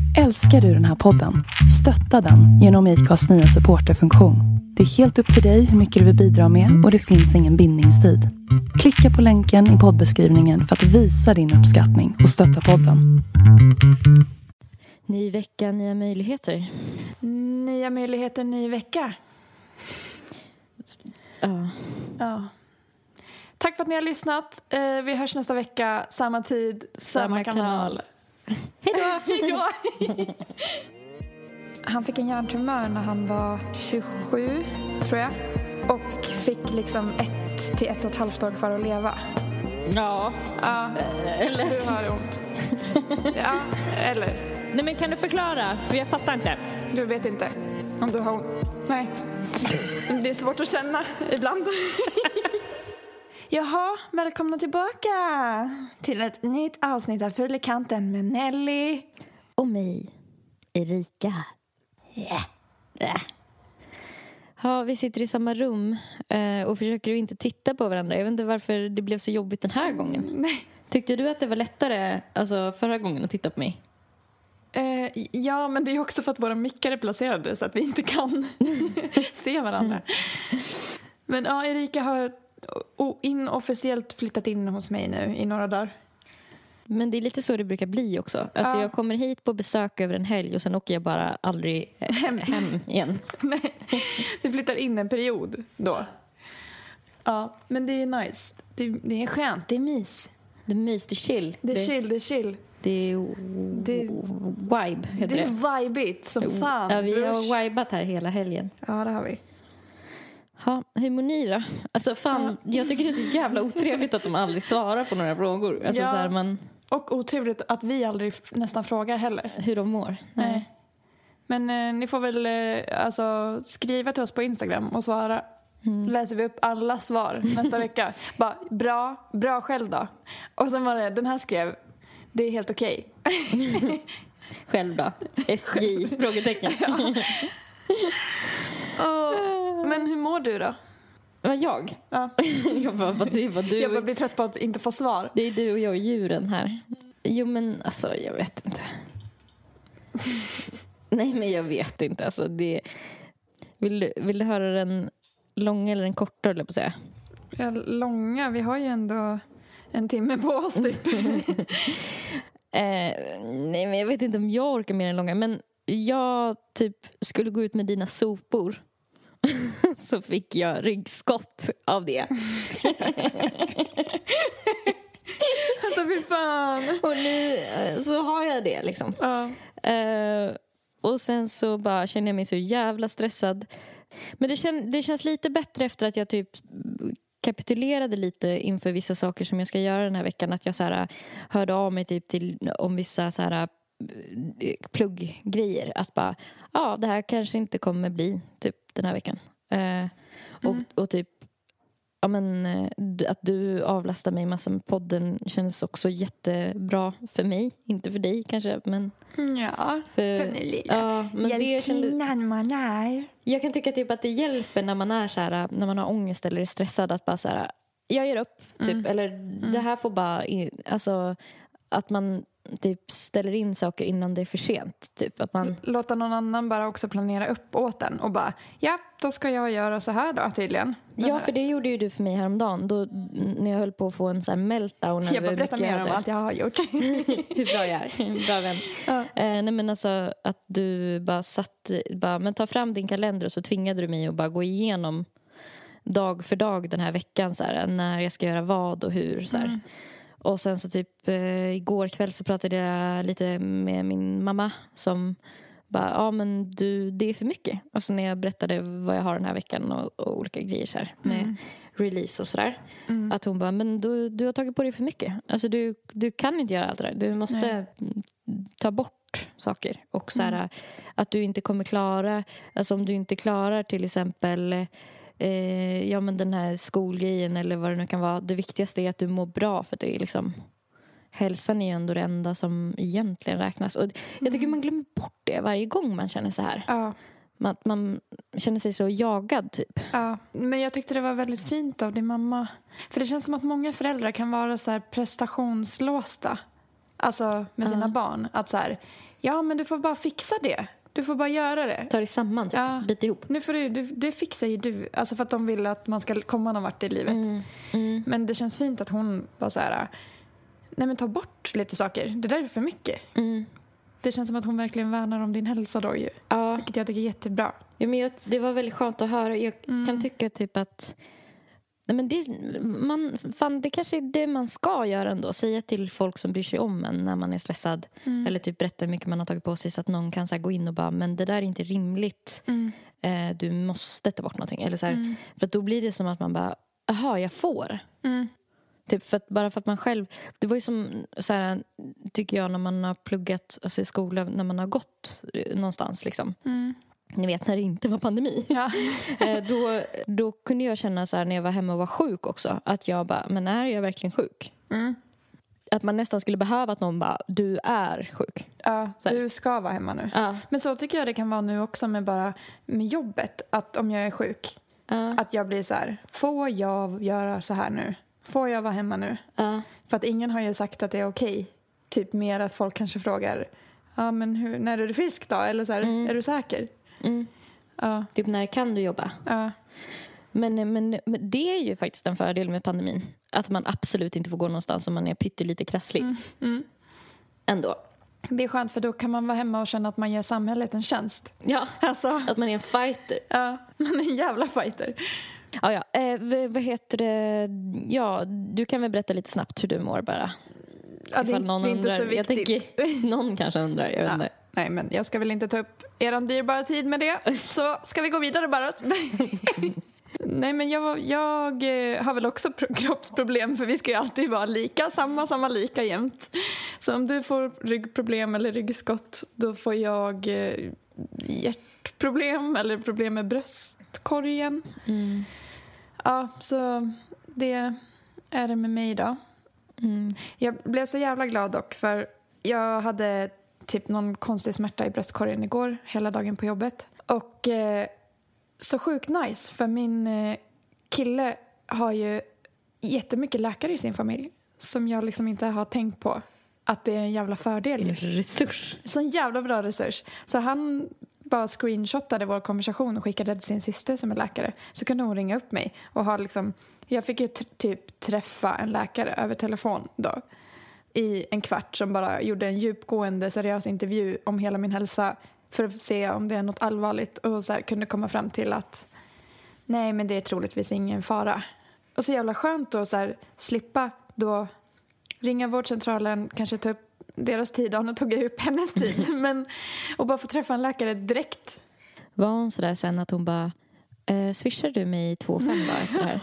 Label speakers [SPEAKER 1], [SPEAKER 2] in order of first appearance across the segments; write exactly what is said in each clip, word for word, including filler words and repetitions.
[SPEAKER 1] Älskar du den här podden? Stötta den genom I C A:s nya supporterfunktion. Det är helt upp till dig hur mycket du vill bidra med och det finns ingen bindningstid. Klicka på länken i poddbeskrivningen för att visa din uppskattning och stötta podden.
[SPEAKER 2] Ny vecka, nya möjligheter.
[SPEAKER 3] Nya möjligheter, ny vecka.
[SPEAKER 2] Ja.
[SPEAKER 3] Ja. Tack för att ni har lyssnat. Vi hörs nästa vecka, samma tid, samma,
[SPEAKER 2] Samma
[SPEAKER 3] kanal.
[SPEAKER 2] kanal.
[SPEAKER 3] Hej då! Hej då! Han fick en hjärntumör när han var tjugosju, tror jag. Och fick liksom ett till ett och ett halvt år kvar att leva.
[SPEAKER 2] Ja.
[SPEAKER 3] Ja,
[SPEAKER 2] Eller?
[SPEAKER 3] du har ont. Ja, eller?
[SPEAKER 2] Nej, men kan du förklara? För jag fattar inte.
[SPEAKER 3] Du vet inte om du har ont. Nej. Det är svårt att känna ibland. Jaha, välkomna tillbaka till ett nytt avsnitt av Fyrkanten med Nelly.
[SPEAKER 2] Och mig, Erika.
[SPEAKER 3] Yeah.
[SPEAKER 2] Yeah. Ja, vi sitter i samma rum eh, och försöker inte titta på varandra. Jag vet inte varför det blev så jobbigt den här gången.
[SPEAKER 3] Nej.
[SPEAKER 2] Tyckte du att det var lättare alltså, förra gången att titta på mig?
[SPEAKER 3] Eh, ja, men det är också för att våra mickar är placerade så att vi inte kan se varandra. Men ja, Erika har inofficiellt flyttat in hos mig nu i några dagar.
[SPEAKER 2] Men det är lite så det brukar bli också. Alltså
[SPEAKER 3] Ja.
[SPEAKER 2] Jag kommer hit på besök över en helg och sen åker jag bara aldrig hem, hem igen.
[SPEAKER 3] Nej, du flyttar in en period då. Ja, men det är nice. Det, det är skönt, det är mys.
[SPEAKER 2] Det är mys, det är chill.
[SPEAKER 3] Det är chill, det är chill.
[SPEAKER 2] Det är
[SPEAKER 3] Det-
[SPEAKER 2] vibe, heter
[SPEAKER 3] Det
[SPEAKER 2] det.
[SPEAKER 3] är vibigt som fan.
[SPEAKER 2] Ja, vi
[SPEAKER 3] brors.
[SPEAKER 2] har vibat här hela helgen.
[SPEAKER 3] Ja, det har vi.
[SPEAKER 2] Ja, hur mår ni då? Alltså fan, jag tycker det är så jävla otrevligt att de aldrig svarar på några frågor. Alltså
[SPEAKER 3] Ja.
[SPEAKER 2] så här, man,
[SPEAKER 3] Och otrevligt att vi aldrig f- nästan frågar heller.
[SPEAKER 2] hur de mår.
[SPEAKER 3] Nej. Men eh, ni får väl eh, alltså, skriva till oss på Instagram och svara.
[SPEAKER 2] Mm.
[SPEAKER 3] Läser vi upp alla svar nästa vecka. Bara, bra, bra själv då. Och sen var det, den här skrev, det är helt okej.
[SPEAKER 2] Själv då? S J? Frågetecken.
[SPEAKER 3] Åh, men hur mår du då?
[SPEAKER 2] Vad jag?
[SPEAKER 3] Ja.
[SPEAKER 2] Jag bara, vad det var du.
[SPEAKER 3] Jag bara blir trött på att inte få svar.
[SPEAKER 2] Det är du och jag och djuren här. Jo, men alltså, jag vet inte. Nej, men jag vet inte. Alltså, det... vill, du, vill du höra den långa eller den korta, eller på att säga?
[SPEAKER 3] Ja, långa, vi har ju ändå en timme på oss typ.
[SPEAKER 2] Eh, nej, men jag vet inte om jag orkar mer än långa. Men jag typ skulle gå ut med dina sopor. Så fick jag ryggskott av det.
[SPEAKER 3] Alltså fy fan.
[SPEAKER 2] Och nu eh, så har jag det liksom.
[SPEAKER 3] Ja.
[SPEAKER 2] Eh, och sen så bara känner jag mig så jävla stressad. Men det, kän, det känns lite bättre efter att jag typ kapitulerade lite inför vissa saker som jag ska göra den här veckan. Att jag så här, hörde av mig typ till, om vissa så här, plugggrejer. Att bara, ja, det här kanske inte kommer bli typ den här veckan. Eh, och,
[SPEAKER 3] Mm.
[SPEAKER 2] och typ, ja men eh, att du avlastar mig massa med podden känns också jättebra för mig. Inte för dig kanske, men
[SPEAKER 3] Ja,
[SPEAKER 2] för,
[SPEAKER 3] den är lilla.
[SPEAKER 2] ja, men det kände,
[SPEAKER 3] Hjältinnan man är.
[SPEAKER 2] jag kan tycka typ att det hjälper när man är så här, när man har ångest eller är stressad att bara så här, jag ger upp typ,
[SPEAKER 3] Mm.
[SPEAKER 2] eller det här får bara in, alltså att man typ ställer in saker innan det är för sent typ, att man
[SPEAKER 3] Låta någon annan bara också planera upp åt den och bara, ja, då ska jag göra så här då tydligen. Den
[SPEAKER 2] ja,
[SPEAKER 3] här.
[SPEAKER 2] för det gjorde ju du för mig häromdagen då, när jag höll på att få en så här meltdown
[SPEAKER 3] Jag
[SPEAKER 2] över
[SPEAKER 3] bara berätta
[SPEAKER 2] mycket
[SPEAKER 3] mer
[SPEAKER 2] jag
[SPEAKER 3] om
[SPEAKER 2] hade.
[SPEAKER 3] allt jag har gjort.
[SPEAKER 2] Hur bra jag är. Bra vän.
[SPEAKER 3] Ja.
[SPEAKER 2] Eh, nej men alltså att du bara satt, bara, men ta fram din kalender och så tvingade du mig att bara gå igenom dag för dag den här veckan så här, när jag ska göra vad och hur så här.
[SPEAKER 3] Mm.
[SPEAKER 2] Och sen så typ eh, igår kväll så pratade jag lite med min mamma som bara, ja men du, det är för mycket. Alltså när jag berättade vad jag har den här veckan och, och olika grejer så här, med
[SPEAKER 3] Mm.
[SPEAKER 2] release och sådär.
[SPEAKER 3] Mm.
[SPEAKER 2] Att hon bara, men du, du har tagit på dig för mycket. Alltså du, du kan inte göra allt det där. Du måste
[SPEAKER 3] Nej.
[SPEAKER 2] ta bort saker. Och så här,
[SPEAKER 3] Mm.
[SPEAKER 2] att du inte kommer klara, alltså om du inte klarar till exempel eh, ja men den här skolgrejen eller vad det nu kan vara. Det viktigaste är att du mår bra, för det är liksom, hälsan är ju ändå det enda som egentligen räknas. Och jag tycker man glömmer bort det varje gång man känner så här.
[SPEAKER 3] Ja.
[SPEAKER 2] Man, man känner sig så jagad typ.
[SPEAKER 3] Ja, men jag tyckte det var väldigt fint av din mamma. För det känns som att många föräldrar kan vara så här prestationslåsta. Alltså med sina
[SPEAKER 2] Ja.
[SPEAKER 3] barn. Att så här, ja men du får bara fixa det. Du får bara göra det.
[SPEAKER 2] Ta dig samman, typ.
[SPEAKER 3] Ja.
[SPEAKER 2] Bit ihop.
[SPEAKER 3] Nu får du, du, det fixar ju du. Alltså för att de vill att man ska komma någon vart i livet.
[SPEAKER 2] Mm. Mm.
[SPEAKER 3] Men det känns fint att hon var så här, nej men ta bort lite saker. Det där är för mycket.
[SPEAKER 2] Mm.
[SPEAKER 3] Det känns som att hon verkligen värnar om din hälsa då ju.
[SPEAKER 2] Ja.
[SPEAKER 3] Vilket jag tycker är jättebra.
[SPEAKER 2] Ja, men jag, det var väldigt skönt att höra. Jag
[SPEAKER 3] Mm.
[SPEAKER 2] kan tycka typ att nej, men det, man, fan, det kanske är det man ska göra ändå. Säga till folk som bryr sig om en när man är stressad.
[SPEAKER 3] Mm.
[SPEAKER 2] Eller typ berätta hur mycket man har tagit på sig så att någon kan så här, gå in och bara, men det där är inte rimligt.
[SPEAKER 3] Mm.
[SPEAKER 2] Eh, du måste ta bort någonting. Eller så här,
[SPEAKER 3] Mm.
[SPEAKER 2] för att då blir det som att man bara, aha, jag får.
[SPEAKER 3] Mm.
[SPEAKER 2] Typ för att, bara för att man själv, det var ju som så här, tycker jag, när man har pluggat alltså i skolan, när man har gått någonstans liksom.
[SPEAKER 3] Mm.
[SPEAKER 2] Ni vet när det inte var pandemi.
[SPEAKER 3] Ja.
[SPEAKER 2] eh, då, då kunde jag känna så här när jag var hemma och var sjuk också. Att jag bara, men är jag verkligen sjuk?
[SPEAKER 3] Mm.
[SPEAKER 2] Att man nästan skulle behöva att någon bara, du är sjuk.
[SPEAKER 3] Ja,
[SPEAKER 2] Så här.
[SPEAKER 3] du ska vara hemma nu.
[SPEAKER 2] Ja.
[SPEAKER 3] Men så tycker jag det kan vara nu också med bara med jobbet. Att om jag är sjuk,
[SPEAKER 2] Ja.
[SPEAKER 3] att jag blir så här, får jag göra så här nu? Får jag vara hemma nu?
[SPEAKER 2] Ja.
[SPEAKER 3] För att ingen har ju sagt att det är okej. Typ mer att folk kanske frågar, ja men hur, när är du frisk då? Eller så här,
[SPEAKER 2] Mm.
[SPEAKER 3] är du säker?
[SPEAKER 2] Mm.
[SPEAKER 3] Ja,
[SPEAKER 2] Typ när kan du jobba?
[SPEAKER 3] ja.
[SPEAKER 2] Men, men, men det är ju faktiskt en fördel med pandemin. Att man absolut inte får gå någonstans om man är pyttelite krasslig.
[SPEAKER 3] Mm. Mm.
[SPEAKER 2] Ändå.
[SPEAKER 3] Det är skönt för då kan man vara hemma och känna att man gör samhället en tjänst.
[SPEAKER 2] Ja,
[SPEAKER 3] Alltså,
[SPEAKER 2] att man är en fighter.
[SPEAKER 3] ja, man är en jävla fighter.
[SPEAKER 2] Ja, ja. Eh, v- vad heter det? Ja, du kan väl berätta lite snabbt hur du mår bara.
[SPEAKER 3] Ja, det,
[SPEAKER 2] Ifall någon
[SPEAKER 3] det är inte
[SPEAKER 2] undrar.
[SPEAKER 3] så
[SPEAKER 2] Jag
[SPEAKER 3] viktigt.
[SPEAKER 2] tänker, någon kanske undrar, jag vet
[SPEAKER 3] Ja.
[SPEAKER 2] inte.
[SPEAKER 3] Nej, men jag ska väl inte ta upp er dyrbara tid med det. Så ska vi gå vidare bara. Nej, men jag, jag eh, har väl också pro- kroppsproblem, för vi ska ju alltid vara lika, samma, samma, lika jämt. Så om du får ryggproblem eller ryggskott, då får jag eh, hjärtproblem eller problem med bröstkorgen.
[SPEAKER 2] Mm.
[SPEAKER 3] Ja, så det är det med mig då.
[SPEAKER 2] Mm.
[SPEAKER 3] Jag blev så jävla glad dock, för jag hade typ någon konstig smärta i bröstkorgen igår hela dagen på jobbet. Och eh, så sjukt nice, för min eh, kille har ju jättemycket läkare i sin familj som jag liksom inte har tänkt på att det är en jävla fördel.
[SPEAKER 2] En resurs.
[SPEAKER 3] Så en jävla bra resurs. Så han bara screenshotade vår konversation och skickade till sin syster som är läkare. Så kunde hon ringa upp mig och ha liksom, jag fick ju t- typ träffa en läkare över telefon då i en kvart, som bara gjorde en djupgående seriös intervju om hela min hälsa för att se om det är något allvarligt, och så här kunde komma fram till att nej, men det är troligtvis ingen fara. Och så jävla skönt att så här slippa då ringa vårdcentralen, kanske ta upp deras tid, och nu tog jag upp hennes tid, men och bara få träffa en läkare direkt.
[SPEAKER 2] Var hon sådär sen att hon bara, eh, swishar du mig två fem dagar efter det här?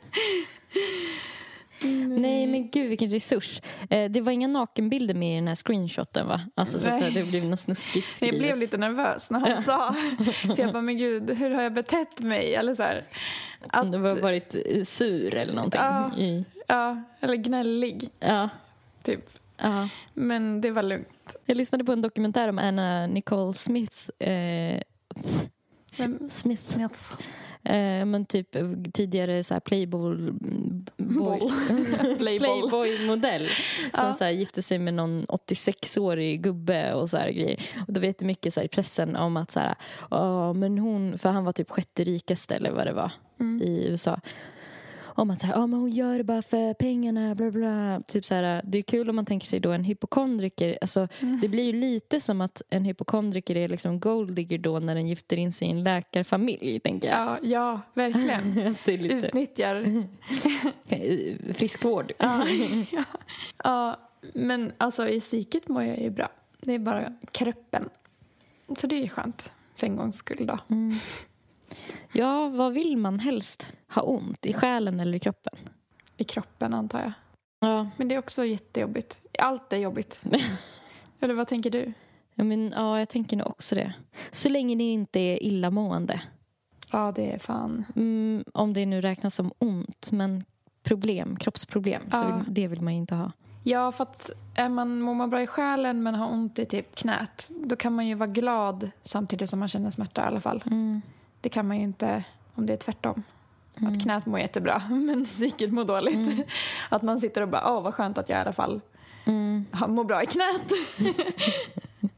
[SPEAKER 2] Nej. Nej, men gud vilken resurs. Eh, det var inga nakenbilder med i den här screenshoten, va? Alltså så att det, det blev något snuskigt skrivet.
[SPEAKER 3] Jag blev lite nervös när han
[SPEAKER 2] Ja.
[SPEAKER 3] sa, för jag bara, men gud, hur har jag betett mig? Eller så här,
[SPEAKER 2] Att... Det var varit eh, sur eller någonting.
[SPEAKER 3] Ja.
[SPEAKER 2] I...
[SPEAKER 3] Ja, eller gnällig,
[SPEAKER 2] Ja.
[SPEAKER 3] typ.
[SPEAKER 2] Ja.
[SPEAKER 3] Men det var lugnt.
[SPEAKER 2] Jag lyssnade på en dokumentär om Anna Nicole Smith. Eh,
[SPEAKER 3] Vem?
[SPEAKER 2] Smith.
[SPEAKER 3] Smith.
[SPEAKER 2] Eh, men typ tidigare så här Playboy boy,
[SPEAKER 3] Playboy.
[SPEAKER 2] Playboy-modell som
[SPEAKER 3] Ja.
[SPEAKER 2] så här gifte sig med någon åttiosex-årig gubbe och så här grejer. Och då vet du mycket så här i pressen om att så här, ja, men hon, för han var typ sjätte rikaste eller vad det var
[SPEAKER 3] Mm.
[SPEAKER 2] i U S A. Om att så här, ja, men hon gör det bara för pengarna, bla bla. Typ så här, det är kul om man tänker sig då en hypokondriker. Alltså,
[SPEAKER 3] Mm.
[SPEAKER 2] det blir ju lite som att en hypokondriker är liksom golddigger då när den gifter in sig i en läkarfamilj, tänker jag.
[SPEAKER 3] Ja, ja, verkligen.
[SPEAKER 2] Att det är lite
[SPEAKER 3] Utnyttjar.
[SPEAKER 2] friskvård.
[SPEAKER 3] Ja, ja. Ja, men alltså i psyket mår jag ju bra. Det är bara kroppen. Så det är ju skönt för en gångs skull då.
[SPEAKER 2] Mm. Ja, vad vill man helst? Ha ont i själen eller i kroppen?
[SPEAKER 3] I kroppen, antar jag.
[SPEAKER 2] Ja,
[SPEAKER 3] Men det är också jättejobbigt. Allt är jobbigt. Eller vad tänker du?
[SPEAKER 2] ja, men, ja, jag tänker nog också det. Så länge det inte är illamående.
[SPEAKER 3] Ja, det är fan.
[SPEAKER 2] Mm, om det nu räknas som ont, men problem, kroppsproblem, så
[SPEAKER 3] Ja.
[SPEAKER 2] vill, det vill man ju inte ha.
[SPEAKER 3] Ja, för att är man, mår man bra i själen men har ont i typ knät, då kan man ju vara glad samtidigt som man känner smärta i alla fall.
[SPEAKER 2] Mm.
[SPEAKER 3] Det kan man ju inte om det är tvärtom.
[SPEAKER 2] Mm.
[SPEAKER 3] Att knät mår jättebra, men psyket mår dåligt.
[SPEAKER 2] Mm.
[SPEAKER 3] Att man sitter och bara, åh vad skönt att jag i alla fall
[SPEAKER 2] Mm.
[SPEAKER 3] mår bra i knät.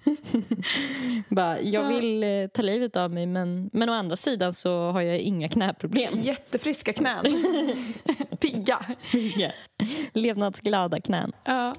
[SPEAKER 2] Bara, jag vill eh, ta livet av mig, men, men å andra sidan så har jag inga knäproblem.
[SPEAKER 3] Jättefriska knän. Pigga.
[SPEAKER 2] Pigga. Levnadsglada knän.
[SPEAKER 3] Ja.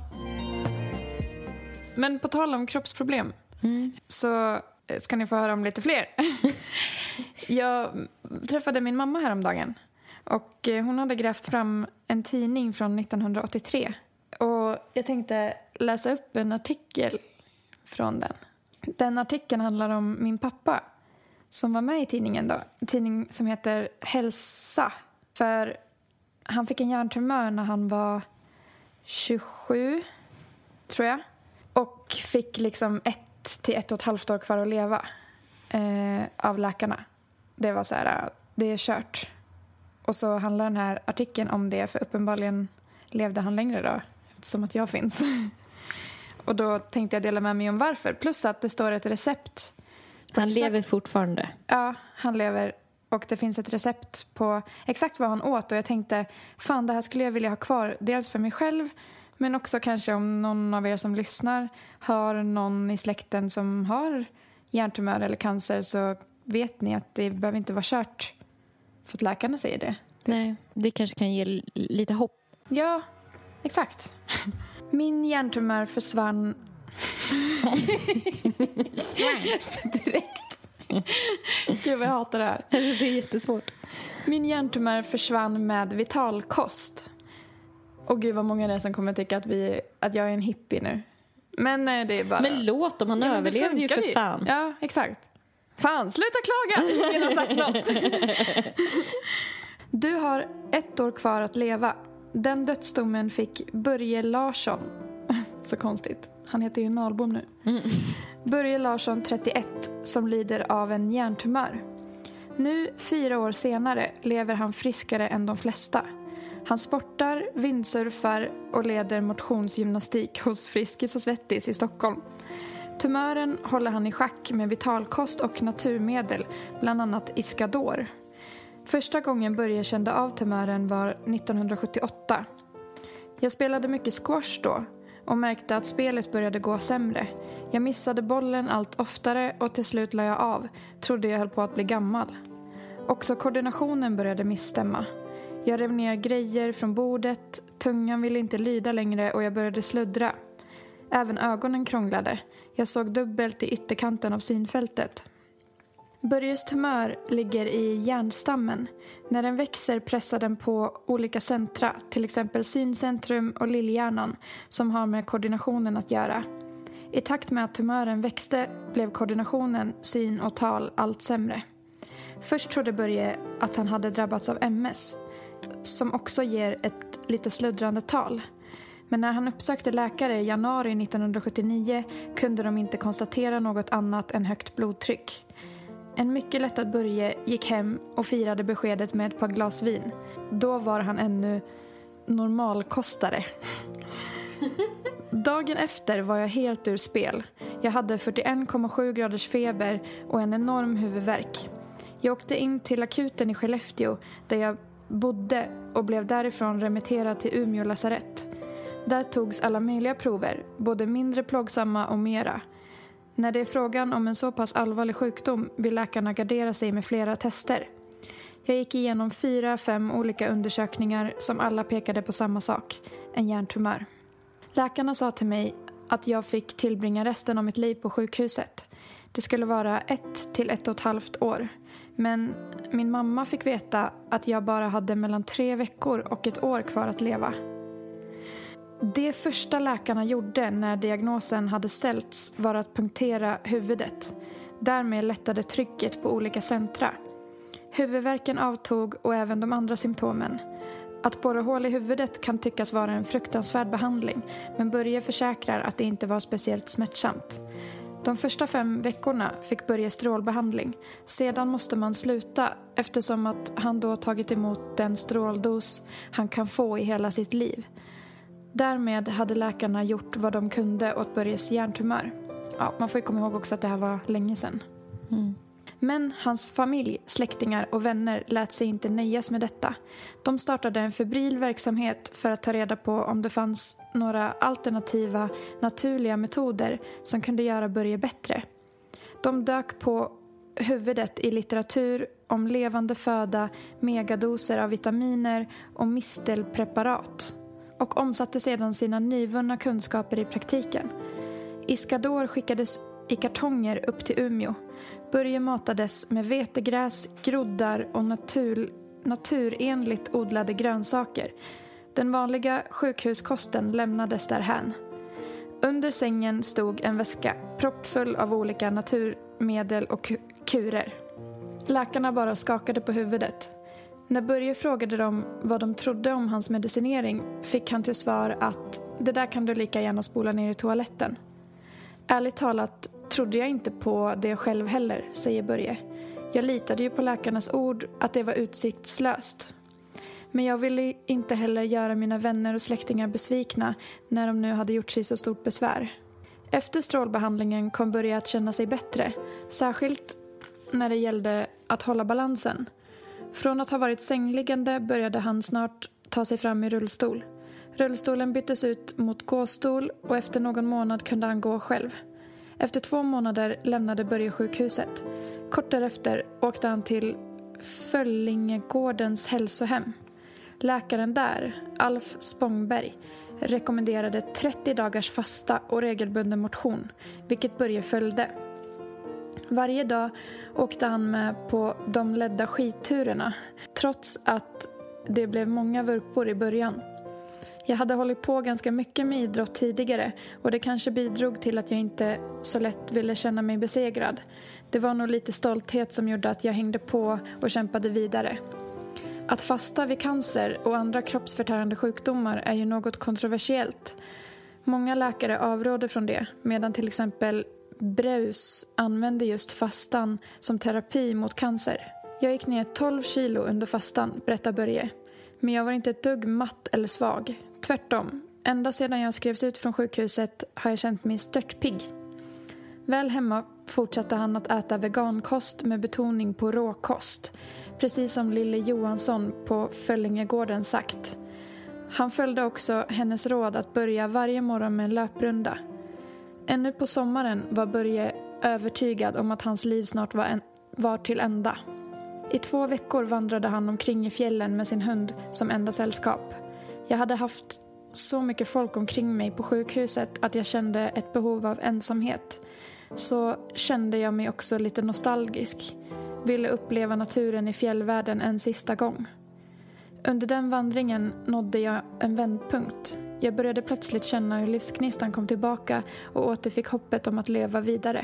[SPEAKER 3] Men på tal om kroppsproblem mm. så ska ni få höra om lite fler. Jag träffade min mamma häromdagen. Och hon hade grävt fram en tidning från nittonhundraåttiotre. Och jag tänkte läsa upp en artikel från den. Den artikeln handlar om min pappa som var med i tidningen då. En tidning som heter Hälsa. För han fick en hjärntumör när han var tjugosju, tror jag. Och fick liksom ett till ett och ett halvt år kvar att leva eh, av läkarna. Det var så här, det är kört. Och så handlar den här artikeln om det, för uppenbarligen levde han längre då, som att jag finns. Och då tänkte jag dela med mig om varför. Plus att det står ett recept.
[SPEAKER 2] Han
[SPEAKER 3] exakt,
[SPEAKER 2] lever fortfarande.
[SPEAKER 3] Ja, han lever. Och det finns ett recept på exakt vad han åt. Och jag tänkte, fan, det här skulle jag vilja ha kvar. Dels för mig själv, men också kanske om någon av er som lyssnar har någon i släkten som har hjärntumör eller cancer, så vet ni att det behöver inte vara kört för att läkarna säger det.
[SPEAKER 2] Nej, det kanske kan ge l- lite hopp.
[SPEAKER 3] Ja, exakt. Min hjärntumör försvann direkt. Gud, vad jag hatar det här.
[SPEAKER 2] Det är jättesvårt.
[SPEAKER 3] Min hjärntumör försvann med vitalkost. Och gud, vad många det är som kommer tycka att, vi, att jag är en hippie nu. Men nej, det är bara...
[SPEAKER 2] Men låt dem, han ja, överlevde ju för ju. fan.
[SPEAKER 3] Ja, exakt. Fan, sluta klaga! Ingen har sagt något. Du har ett år kvar att leva. Den dödsdomen fick Börje Larsson. Så konstigt. Han heter ju Nalbom nu. Mm. Börje Larsson, trettioett, som lider av en hjärntumör. Nu, fyra år senare, lever han friskare än de flesta. Han sportar, vindsurfar och leder motionsgymnastik hos Friskis och Svettis i Stockholm. Tumören håller han i schack med vitalkost och naturmedel, bland annat Iscador. Första gången Börje kände av tumören var nittonhundrasjuttioåtta. Jag spelade mycket squash då och märkte att spelet började gå sämre. Jag missade bollen allt oftare och till slut la jag av, trodde jag höll på att bli gammal. Också koordinationen började missstämma. Jag rev ner grejer från bordet, tungan ville inte lyda längre och jag började sluddra. Även ögonen krånglade. Jag såg dubbelt i ytterkanten av synfältet. Börjes tumör ligger i hjärnstammen. När den växer pressar den på olika centra, till exempel syncentrum och lillhjärnan, som har med koordinationen att göra. I takt med att tumören växte blev koordinationen, syn och tal allt sämre. Först trodde Börje att han hade drabbats av M S, som också ger ett lite sluddrande tal. Men när han uppsökte läkare i januari nittonhundrasjuttionio kunde de inte konstatera något annat än högt blodtryck. En mycket lättad Börje gick hem och firade beskedet med ett par glas vin. Då var han ännu normalkostare. Dagen efter var jag helt ur spel. Jag hade fyrtioen komma sju graders feber och en enorm huvudvärk. Jag åkte in till akuten i Skellefteå där jag bodde och blev därifrån remitterad till Umeå lasarett. Där togs alla möjliga prover, både mindre plågsamma och mera. När det är frågan om en så pass allvarlig sjukdom vill läkarna gardera sig med flera tester. Jag gick igenom fyra, fem olika undersökningar som alla pekade på samma sak, en hjärntumör. Läkarna sa till mig att jag fick tillbringa resten av mitt liv på sjukhuset. Det skulle vara ett till ett och ett halvt år. Men min mamma fick veta att jag bara hade mellan tre veckor och ett år kvar att leva. Det första läkarna gjorde när diagnosen hade ställts var att punktera huvudet. Därmed lättade trycket på olika centra. Huvudvärken avtog och även de andra symptomen. Att borra hål i huvudet kan tyckas vara en fruktansvärd behandling, men Börje försäkrar att det inte var speciellt smärtsamt. De första fem veckorna fick Börje strålbehandling. Sedan måste man sluta eftersom att han då tagit emot den stråldos han kan få i hela sitt liv. Därmed hade läkarna gjort vad de kunde åt Börjes hjärntumör. Ja, man får ju komma ihåg också att det här var länge sedan. Mm. Men hans familj, släktingar och vänner lät sig inte nöjas med detta. De startade en febril verksamhet för att ta reda på om det fanns några alternativa, naturliga metoder som kunde göra Börje bättre. De dök på huvudet i litteratur om levande föda, megadoser av vitaminer och mistelpreparat och omsatte sedan sina nyvunna kunskaper i praktiken. Iscador skickades i kartonger upp till Umeå. Börje matades med vetegräs, groddar och natur, naturenligt odlade grönsaker. Den vanliga sjukhuskosten lämnades därhän. Under sängen stod en väska proppfull av olika naturmedel och kurer. Läkarna bara skakade på huvudet. När Börje frågade dem vad de trodde om hans medicinering fick han till svar att det där kan du lika gärna spola ner i toaletten. Ärligt talat trodde jag inte på det själv heller, säger Börje. Jag litade ju på läkarnas ord att det var utsiktslöst. Men jag ville inte heller göra mina vänner och släktingar besvikna när de nu hade gjort sig så stort besvär. Efter strålbehandlingen kom Börje att känna sig bättre, särskilt när det gällde att hålla balansen. Från att ha varit sängliggande började han snart ta sig fram i rullstol. Rullstolen byttes ut mot gåstol och efter någon månad kunde han gå själv. Efter två månader lämnade Börje sjukhuset. Kort därefter åkte han till Föllingegårdens hälsohem. Läkaren där, Alf Spångberg, rekommenderade trettio dagars fasta och regelbunden motion, vilket Börje följde. Varje dag åkte han med på de ledda skidturerna, trots att det blev många vurpor i början. Jag hade hållit på ganska mycket med idrott tidigare och det kanske bidrog till att jag inte så lätt ville känna mig besegrad. Det var nog lite stolthet som gjorde att jag hängde på och kämpade vidare. Att fasta vid cancer och andra kroppsförtärande sjukdomar är ju något kontroversiellt. Många läkare avråder från det, medan till exempel Breus använde just fastan som terapi mot cancer. Jag gick ner tolv kilo under fastan, berättar Börje. Men jag var inte ett dugg matt eller svag. Tvärtom, ända sedan jag skrevs ut från sjukhuset har jag känt mig störtpigg. Väl hemma fortsatte han att äta vegankost med betoning på råkost. Precis som Lille Johansson på Föllingegården sagt. Han följde också hennes råd att börja varje morgon med en löprunda. Ännu på sommaren var Börje övertygad om att hans liv snart var, en, var till ända. I två veckor vandrade han omkring i fjällen med sin hund som enda sällskap. Jag hade haft så mycket folk omkring mig på sjukhuset att jag kände ett behov av ensamhet. Så kände jag mig också lite nostalgisk. Ville uppleva naturen i fjällvärlden en sista gång. Under den vandringen nådde jag en vändpunkt. Jag började plötsligt känna hur livsknistan kom tillbaka och återfick hoppet om att leva vidare.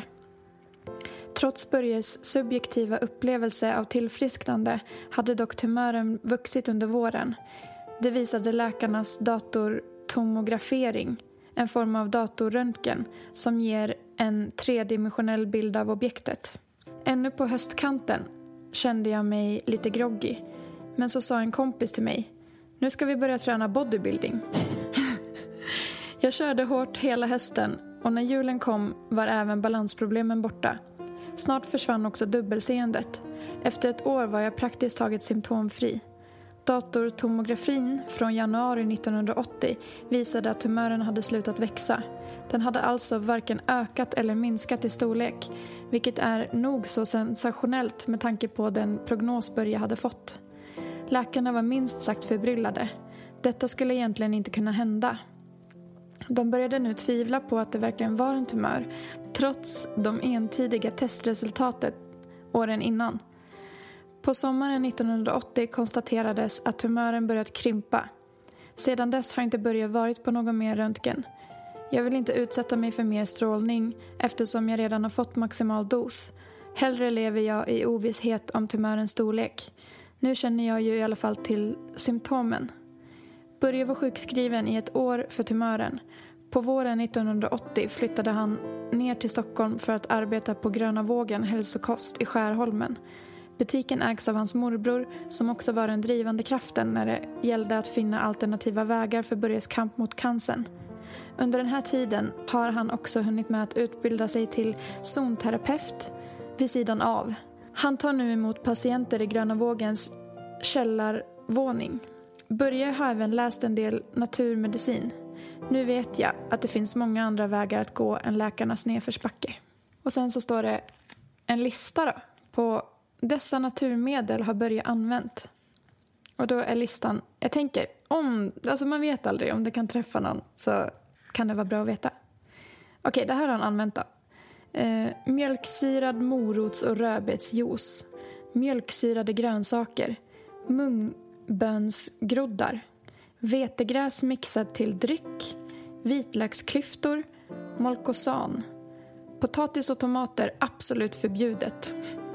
[SPEAKER 3] Trots Börjes subjektiva upplevelse av tillfrisknande hade dock tumören vuxit under våren. Det visade läkarnas datortomografering, en form av datorröntgen som ger en tredimensionell bild av objektet. Ännu på höstkanten kände jag mig lite groggy, men så sa en kompis till mig: nu ska vi börja träna bodybuilding. Jag körde hårt hela hösten och när julen kom var även balansproblemen borta. Snart försvann också dubbelseendet. Efter ett år var jag praktiskt taget symptomfri. Datortomografin från januari nittonhundraåttio visade att tumören hade slutat växa. Den hade alltså varken ökat eller minskat i storlek, vilket är nog så sensationellt med tanke på den prognos Börje hade fått. Läkarna var minst sagt förbryllade. Detta skulle egentligen inte kunna hända. De började nu tvivla på att det verkligen var en tumör, trots de entydiga testresultatet åren innan. På sommaren nittonhundraåttio konstaterades att tumören börjat krympa. Sedan dess har inte Börje varit på någon mer röntgen. Jag vill inte utsätta mig för mer strålning eftersom jag redan har fått maximal dos. Hellre lever jag i ovisshet om tumörens storlek. Nu känner jag ju i alla fall till symptomen. Börje var sjukskriven i ett år för tumören. På våren nittonhundraåttio flyttade han ner till Stockholm för att arbeta på Gröna Vågen hälsokost i Skärholmen. Butiken ägs av hans morbror som också var den drivande kraften när det gällde att finna alternativa vägar för Börjes kamp mot cancern. Under den här tiden har han också hunnit med att utbilda sig till zonterapeut vid sidan av. Han tar nu emot patienter i Gröna Vågens källarvåning. Börje har även läst en del naturmedicin. Nu vet jag att det finns många andra vägar att gå än läkarnas nedförsbacke. Och sen så står det en lista då på dessa naturmedel har Börje använt. Och då är listan, jag tänker, om, alltså man vet aldrig om det kan träffa någon, så kan det vara bra att veta. Okej, det här har han använt då. Eh, mjölksyrad morots- och rödbetsjuice. Mjölksyrade grönsaker. Mungbönsgroddar. Vetegräs mixad till dryck. Vitlöksklyftor. Molkosan. Potatis och tomater absolut förbjudet.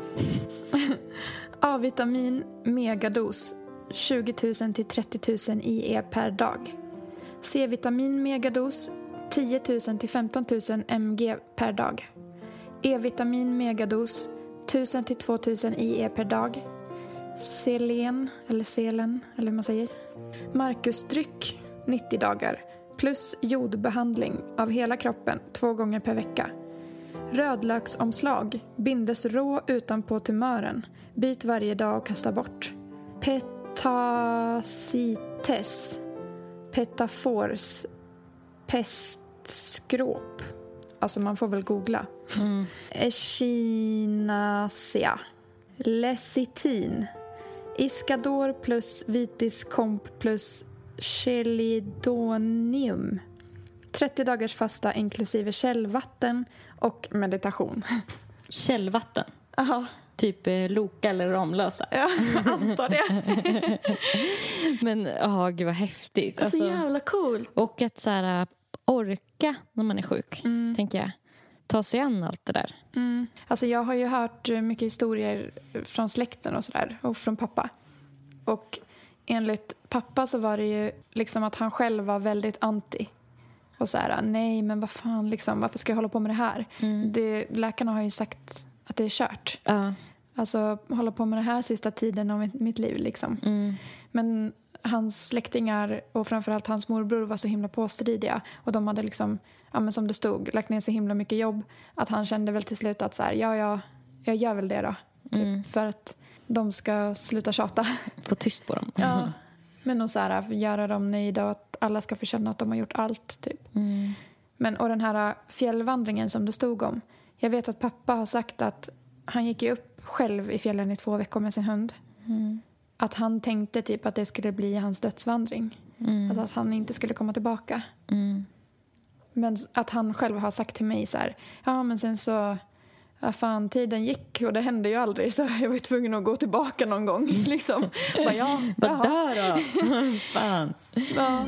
[SPEAKER 3] A-vitamin megados. tjugo tusen till trettio tusen I E per dag. C-vitamin megados. tio tusen till femton tusen M G per dag. E-vitamin megados. tusen till två tusen I E per dag. Selen, eller selen, eller hur man säger. Markusdryck, nittio dagar. Plus jodbehandling av hela kroppen två gånger per vecka. Rödlöksomslag, bindes rå utanpå tumören. Byt varje dag och kasta bort. Petacites. Petafors. Pestskråp. Alltså man får väl googla. Mm. Echinacea. Lecitin. Iscador plus vitiskomp plus chelidonium. trettio dagars fasta inklusive källvatten och meditation.
[SPEAKER 2] Källvatten?
[SPEAKER 3] Aha.
[SPEAKER 2] Typ eh, Loka eller Ramlösa.
[SPEAKER 3] Ja, antar det.
[SPEAKER 2] Men ja, gud vad häftigt.
[SPEAKER 3] Alltså, alltså jävla coolt.
[SPEAKER 2] Och att så här, orka när man är sjuk,
[SPEAKER 3] mm.
[SPEAKER 2] tänker jag. Ta sig an allt det där.
[SPEAKER 3] Mm. Alltså jag har ju hört mycket historier från släkten och sådär. Och från pappa. Och enligt pappa så var det ju liksom att han själv var väldigt anti. Och så här, nej men vad fan liksom, varför ska jag hålla på med det här? Mm. Det, läkarna har ju sagt att det är kört.
[SPEAKER 2] Uh.
[SPEAKER 3] Alltså hålla på med det här sista tiden av mitt, mitt liv liksom.
[SPEAKER 2] Mm.
[SPEAKER 3] Men hans släktingar och framförallt hans morbror var så himla påstridiga. Och de hade liksom, ja men som det stod, lagt ner så himla mycket jobb. Att han kände väl till slut att så här, ja, ja jag gör väl det då. Typ,
[SPEAKER 2] mm.
[SPEAKER 3] för att de ska sluta tjata.
[SPEAKER 2] Få tyst på dem.
[SPEAKER 3] Ja, men och så här, göra dem nöjda och att alla ska få känna att de har gjort allt typ.
[SPEAKER 2] Mm.
[SPEAKER 3] Men och den här fjällvandringen som det stod om. Jag vet att pappa har sagt att han gick ju upp själv i fjällen i två veckor med sin hund.
[SPEAKER 2] Mm.
[SPEAKER 3] Att han tänkte typ att det skulle bli hans dödsvandring.
[SPEAKER 2] Mm.
[SPEAKER 3] Alltså att han inte skulle komma tillbaka.
[SPEAKER 2] Mm.
[SPEAKER 3] Men att han själv har sagt till mig så här, ja men sen så, ja fan tiden gick och det hände ju aldrig så jag var tvungen att gå tillbaka någon gång liksom. Bara, ja,
[SPEAKER 2] vad där då? Fan.
[SPEAKER 3] Ja.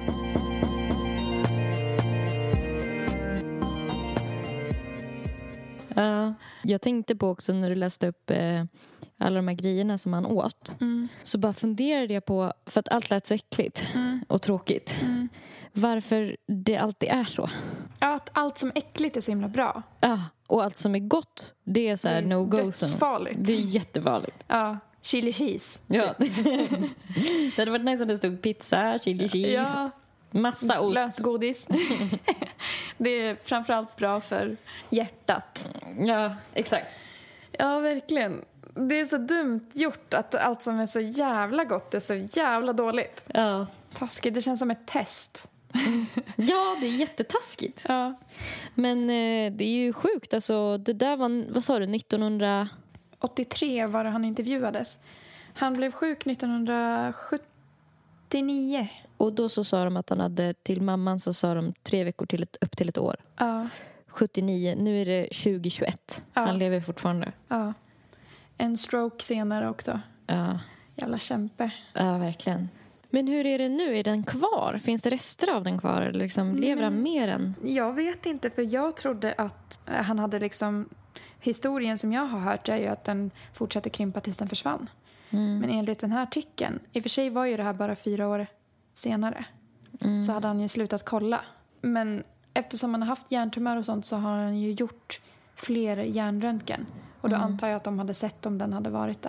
[SPEAKER 2] Ja, jag tänkte på också när du läste upp eh, alla de här grejerna som han åt.
[SPEAKER 3] Mm.
[SPEAKER 2] Så bara funderade jag på, för att allt lät så äckligt
[SPEAKER 3] mm.
[SPEAKER 2] och tråkigt.
[SPEAKER 3] Mm.
[SPEAKER 2] Varför det alltid är så.
[SPEAKER 3] Ja, att allt som är äckligt är så himla bra.
[SPEAKER 2] Ja, och allt som är gott, det är så här no-go.
[SPEAKER 3] Dödsfarligt.
[SPEAKER 2] Det är jättefarligt.
[SPEAKER 3] Ja, chili cheese.
[SPEAKER 2] Ja. Det hade varit nice om det stod pizza, chili cheese.
[SPEAKER 3] Ja.
[SPEAKER 2] Massa ost.
[SPEAKER 3] Lösgodis. Det är framförallt bra för hjärtat.
[SPEAKER 2] Ja, exakt.
[SPEAKER 3] Ja, verkligen. Det är så dumt gjort att allt som är så jävla gott är så jävla dåligt.
[SPEAKER 2] Ja.
[SPEAKER 3] Taskigt, det känns som ett test.
[SPEAKER 2] Ja, det är jättetaskigt.
[SPEAKER 3] Ja.
[SPEAKER 2] Men eh, det är ju sjukt. Alltså, det där var, vad sa du, nittonhundraåttiotre
[SPEAKER 3] var det han intervjuades. Han blev sjuk nittonhundrasjuttionio.
[SPEAKER 2] Och då så sa de att han hade, till mamman så sa de tre veckor till ett, upp till ett år.
[SPEAKER 3] Ja.
[SPEAKER 2] sjuttionio, nu är det tjugohundratjugoett.
[SPEAKER 3] Ja.
[SPEAKER 2] Han lever fortfarande.
[SPEAKER 3] Ja. En stroke senare också.
[SPEAKER 2] Ja.
[SPEAKER 3] Jävla kämpe.
[SPEAKER 2] Ja, verkligen. Men hur är det nu? Är den kvar? Finns det rester av den kvar? Eller liksom, lever han mer än?
[SPEAKER 3] Jag vet inte, för jag trodde att han hade liksom... Historien som jag har hört är ju att den fortsatte krympa tills den försvann.
[SPEAKER 2] Mm.
[SPEAKER 3] Men enligt den här artikeln, i och för sig var ju det här bara fyra år senare, mm. så hade han ju slutat kolla. Men eftersom han har haft hjärntumör och sånt så har han ju gjort fler hjärnröntgen. Och då mm. antar jag att de hade sett om den hade varit där.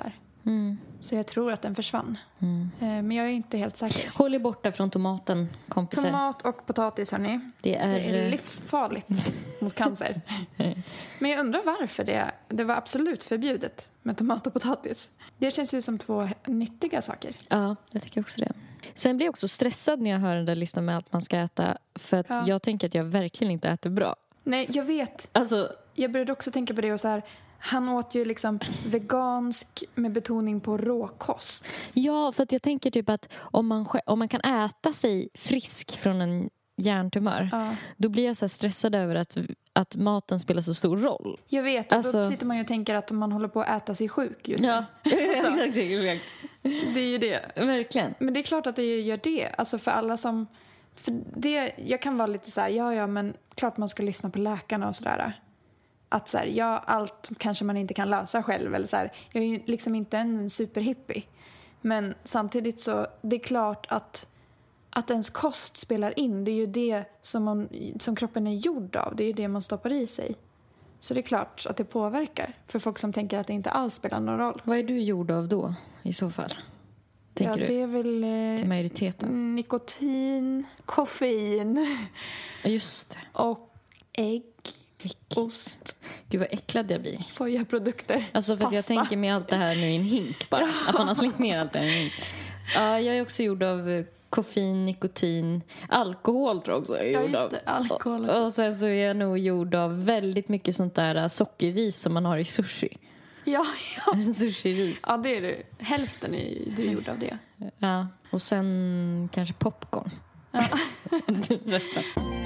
[SPEAKER 2] Mm.
[SPEAKER 3] Så jag tror att den försvann.
[SPEAKER 2] Mm.
[SPEAKER 3] Men jag är inte helt säker.
[SPEAKER 2] Håll er borta från tomaten, kompisar.
[SPEAKER 3] Tomat och potatis, hörni.
[SPEAKER 2] Det är,
[SPEAKER 3] det är livsfarligt mot cancer. Men jag undrar varför det, det var absolut förbjudet med tomat och potatis. Det känns ju som två nyttiga saker.
[SPEAKER 2] Ja, jag tycker också det. Sen blir jag också stressad när jag hör den där listan med allt man ska äta. För att ja. jag tänker att jag verkligen inte äter bra.
[SPEAKER 3] Nej, jag vet.
[SPEAKER 2] Alltså,
[SPEAKER 3] jag började också tänka på det och så här... Han åt ju liksom vegansk med betoning på råkost.
[SPEAKER 2] Ja, för att jag tänker typ att om man, om man kan äta sig frisk från en hjärntumör, ja. då blir jag så här stressad över att, att maten spelar så stor roll.
[SPEAKER 3] Jag vet, och
[SPEAKER 2] alltså,
[SPEAKER 3] då sitter man ju och tänker att man håller på att äta sig sjuk just
[SPEAKER 2] ja.
[SPEAKER 3] nu.
[SPEAKER 2] exakt, exakt.
[SPEAKER 3] Det är ju det.
[SPEAKER 2] Verkligen.
[SPEAKER 3] Men det är klart att det gör det. Alltså för alla som... För det, jag kan vara lite så här, ja, ja, men klart man ska lyssna på läkarna och sådär. Att så här, ja, allt kanske man inte kan lösa själv. Eller så här, jag är ju liksom inte en superhippie. Men samtidigt så, det är klart att, att ens kost spelar in. Det är ju det som, man, som kroppen är gjord av. Det är ju det man stoppar i sig. Så det är klart att det påverkar. För folk som tänker att det inte alls spelar någon roll.
[SPEAKER 2] Vad är du gjord av då, i så fall? Tänker
[SPEAKER 3] ja, det är väl...
[SPEAKER 2] Eh, till majoriteten.
[SPEAKER 3] Nikotin, koffein.
[SPEAKER 2] Just det.
[SPEAKER 3] Och ägg. Ost.
[SPEAKER 2] Gud vad äcklad jag blir.
[SPEAKER 3] Sojaprodukter.
[SPEAKER 2] Alltså för att jag tänker mig allt det här nu i en hink bara. Att man har slängt ner allt det här i en hink. Ja, jag är också gjord av koffein, nikotin, alkohol tror jag också jag är
[SPEAKER 3] ja,
[SPEAKER 2] gjord
[SPEAKER 3] just det. Alkohol
[SPEAKER 2] av. Och, och sen så är jag nog gjord av väldigt mycket sånt där sockerris som man har i sushi.
[SPEAKER 3] Ja, ja.
[SPEAKER 2] Sushi-ris.
[SPEAKER 3] Ja, det är du. Hälften är du gjord av det.
[SPEAKER 2] Ja, och sen kanske popcorn. Ja. Resten.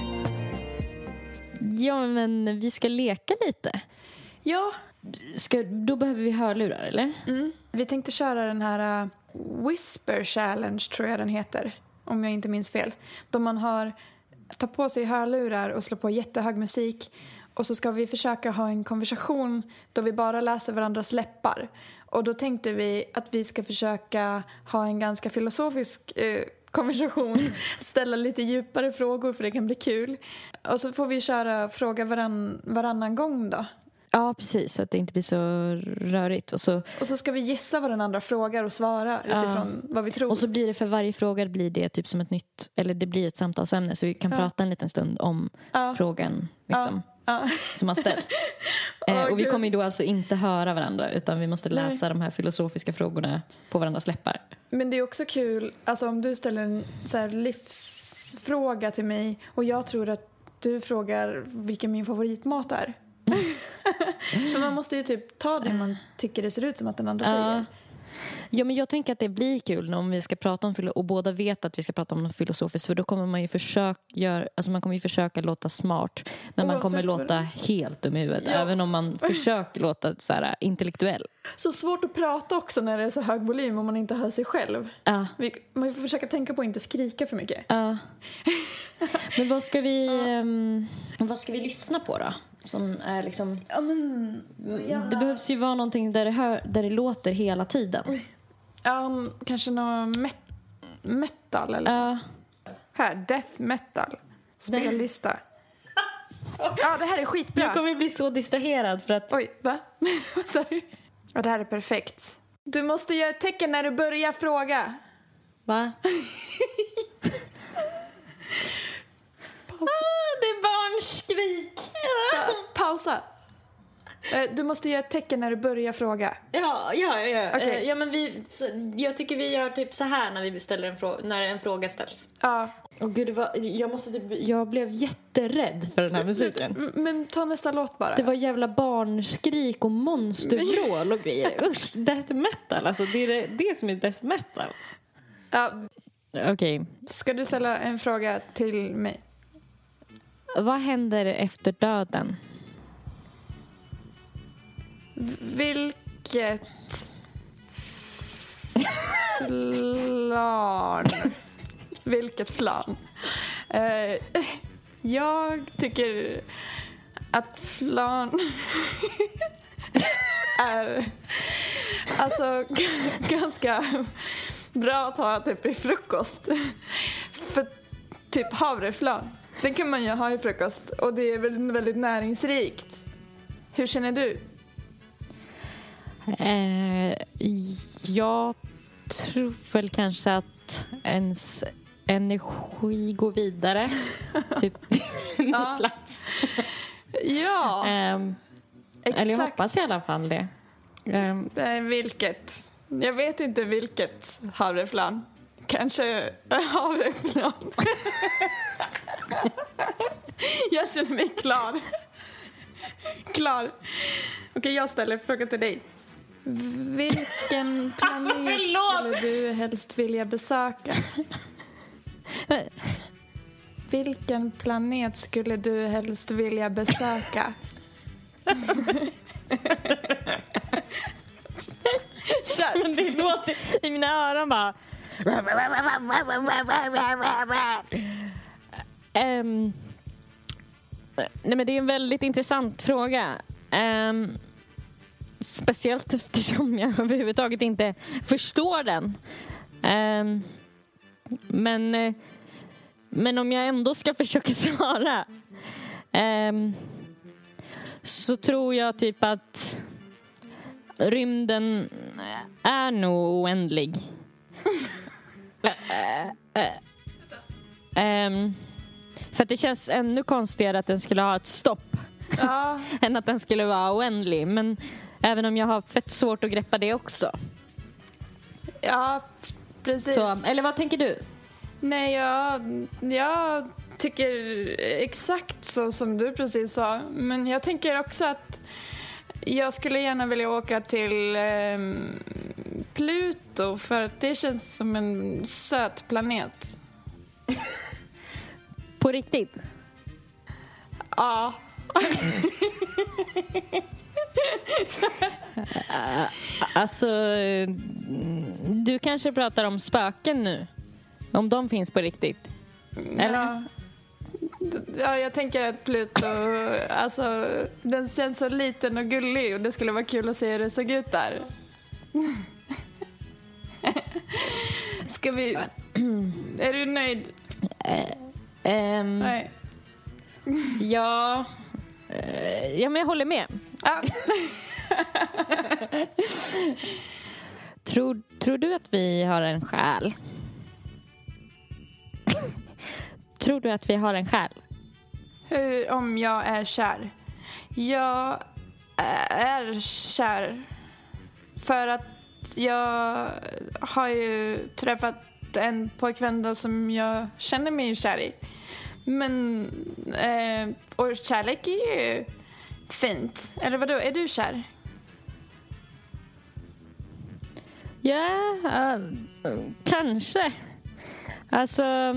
[SPEAKER 2] Ja, men vi ska leka lite.
[SPEAKER 3] Ja.
[SPEAKER 2] Ska, då behöver vi hörlurar, eller?
[SPEAKER 3] Mm. Vi tänkte köra den här uh, Whisper Challenge, tror jag den heter. Om jag inte minns fel. Då man har tar på sig hörlurar och slår på jättehög musik. Och så ska vi försöka ha en konversation då vi bara läser varandras läppar. Och då tänkte vi att vi ska försöka ha en ganska filosofisk uh, konversation. Ställa lite djupare frågor för det kan bli kul. Och så får vi köra fråga varann, varannan gång då.
[SPEAKER 2] Ja, precis. Så att det inte blir så rörigt. Och så,
[SPEAKER 3] och så ska vi gissa vad den andra frågar och svara utifrån ja. vad vi tror.
[SPEAKER 2] Och så blir det för varje fråga blir det typ som ett nytt... Eller det blir ett samtalsämne. Så vi kan ja. prata en liten stund om ja. frågan liksom, ja. Ja. som har ställts. eh, och vi kommer ju då alltså inte höra varandra. Utan vi måste läsa Nej. de här filosofiska frågorna på varandras läppar. Men det är också kul, alltså om du ställer en så här livsfråga till mig och jag tror att du frågar vilken min favoritmat är. För man måste ju typ ta det man tycker det ser ut som att den andra uh. säger. Ja, men jag tänker att det blir kul om vi ska prata om filo- och båda vet att vi ska prata om något filosofiskt, för då kommer man ju försöka gör, alltså man kommer ju försöka låta smart, men man kommer låta helt dum i huvudet, ja. även om man försöker låta så här intellektuell. Så svårt att prata också när det är så hög volym om man inte hör sig själv. Uh. Vi, man får försöka tänka på att inte skrika för mycket. Uh. Men vad ska vi uh. um, vad ska vi lyssna på då? Som är liksom... Ja, men, ja. Det behövs ju vara någonting där det, hör, där det låter hela tiden. Um, kanske någon met- metal eller... Uh. Här, death metal. Spellista. Ja, det här är skitbra. Jag kommer bli så distraherad för att... Oj, va? Vad sa du? Ja, det här är perfekt. Du måste göra ett tecken när du börjar fråga. Va? Ah, det är barnskrik. Ja, pausa. Du måste göra ett tecken när du börjar fråga. Ja, ja, ja. Okay. Ja, men vi, jag tycker vi gör typ så här när vi ställer en fråga, när en fråga ställs. Ja. Och gud, det var, jag måste typ, jag blev jätterädd för den här musiken. Men, men ta nästa låt bara. Det var jävla barnskrik och monstervrål och grejer. Usch, death metal, alltså det är det, det som är death metal. Ja. Okej. Okay. Ska du ställa en fråga till mig? Vad händer efter döden? Vilket plan? Vilket plan? Uh, jag tycker att plan är alltså g- ganska bra att ha typ i frukost. För typ havreflan. Den kan man ju ha i frukost och det är väldigt, väldigt näringsrikt. Hur känner du? Eh, jag tror väl kanske att ens energi går vidare. Typ till en
[SPEAKER 3] Ja.
[SPEAKER 2] plats.
[SPEAKER 3] Ja,
[SPEAKER 2] Eh,
[SPEAKER 3] exakt.
[SPEAKER 2] eller jag hoppas i alla fall det. Eh,
[SPEAKER 3] Nej, vilket? Jag vet inte vilket havreflan. Kanske havreflan. Jag känner mig klar. Klar. Okej, jag ställer frågan till dig. Vilken planet
[SPEAKER 2] förlåt!
[SPEAKER 3] skulle du helst vilja besöka? Vilken planet skulle du helst vilja besöka? Kör.
[SPEAKER 2] Men det låter i mina öron bara... Um, nej men det är en väldigt intressant fråga. Um, speciellt eftersom jag överhuvudtaget inte förstår den. Um, men, uh, men om jag ändå ska försöka svara um, så tror jag typ att rymden är nog oändlig. um, för att det känns ännu konstigare att den skulle ha ett stopp.
[SPEAKER 3] Ja.
[SPEAKER 2] Än att den skulle vara oändlig. Men även om jag har fett svårt att greppa det också.
[SPEAKER 3] Ja, precis.
[SPEAKER 2] Så, eller vad tänker du?
[SPEAKER 3] Nej, jag, jag tycker exakt så som du precis sa. Men jag tänker också att jag skulle gärna vilja åka till eh, Pluto, för att det känns som en söt planet.
[SPEAKER 2] På riktigt?
[SPEAKER 3] Ja.
[SPEAKER 2] Alltså, du kanske pratar om spöken nu. Om de finns på riktigt. Eller?
[SPEAKER 3] Ja. Ja, jag tänker att Pluto, alltså, den känns så liten och gullig och det skulle vara kul att se hur det såg ut där. Ska vi... Är du nöjd?
[SPEAKER 2] Um,
[SPEAKER 3] Nej.
[SPEAKER 2] ja, uh, ja, men jag håller med.
[SPEAKER 3] Ja.
[SPEAKER 2] Tror, tror du att vi har en själ? Tror du att vi har en själ?
[SPEAKER 3] Hur om jag är kär? Jag är kär för att jag har ju träffat en pojkvän då som jag känner mig kär i. Men eh, och kärlek är ju fint. Eller vadå, är du kär?
[SPEAKER 2] Ja, uh, kanske. Alltså...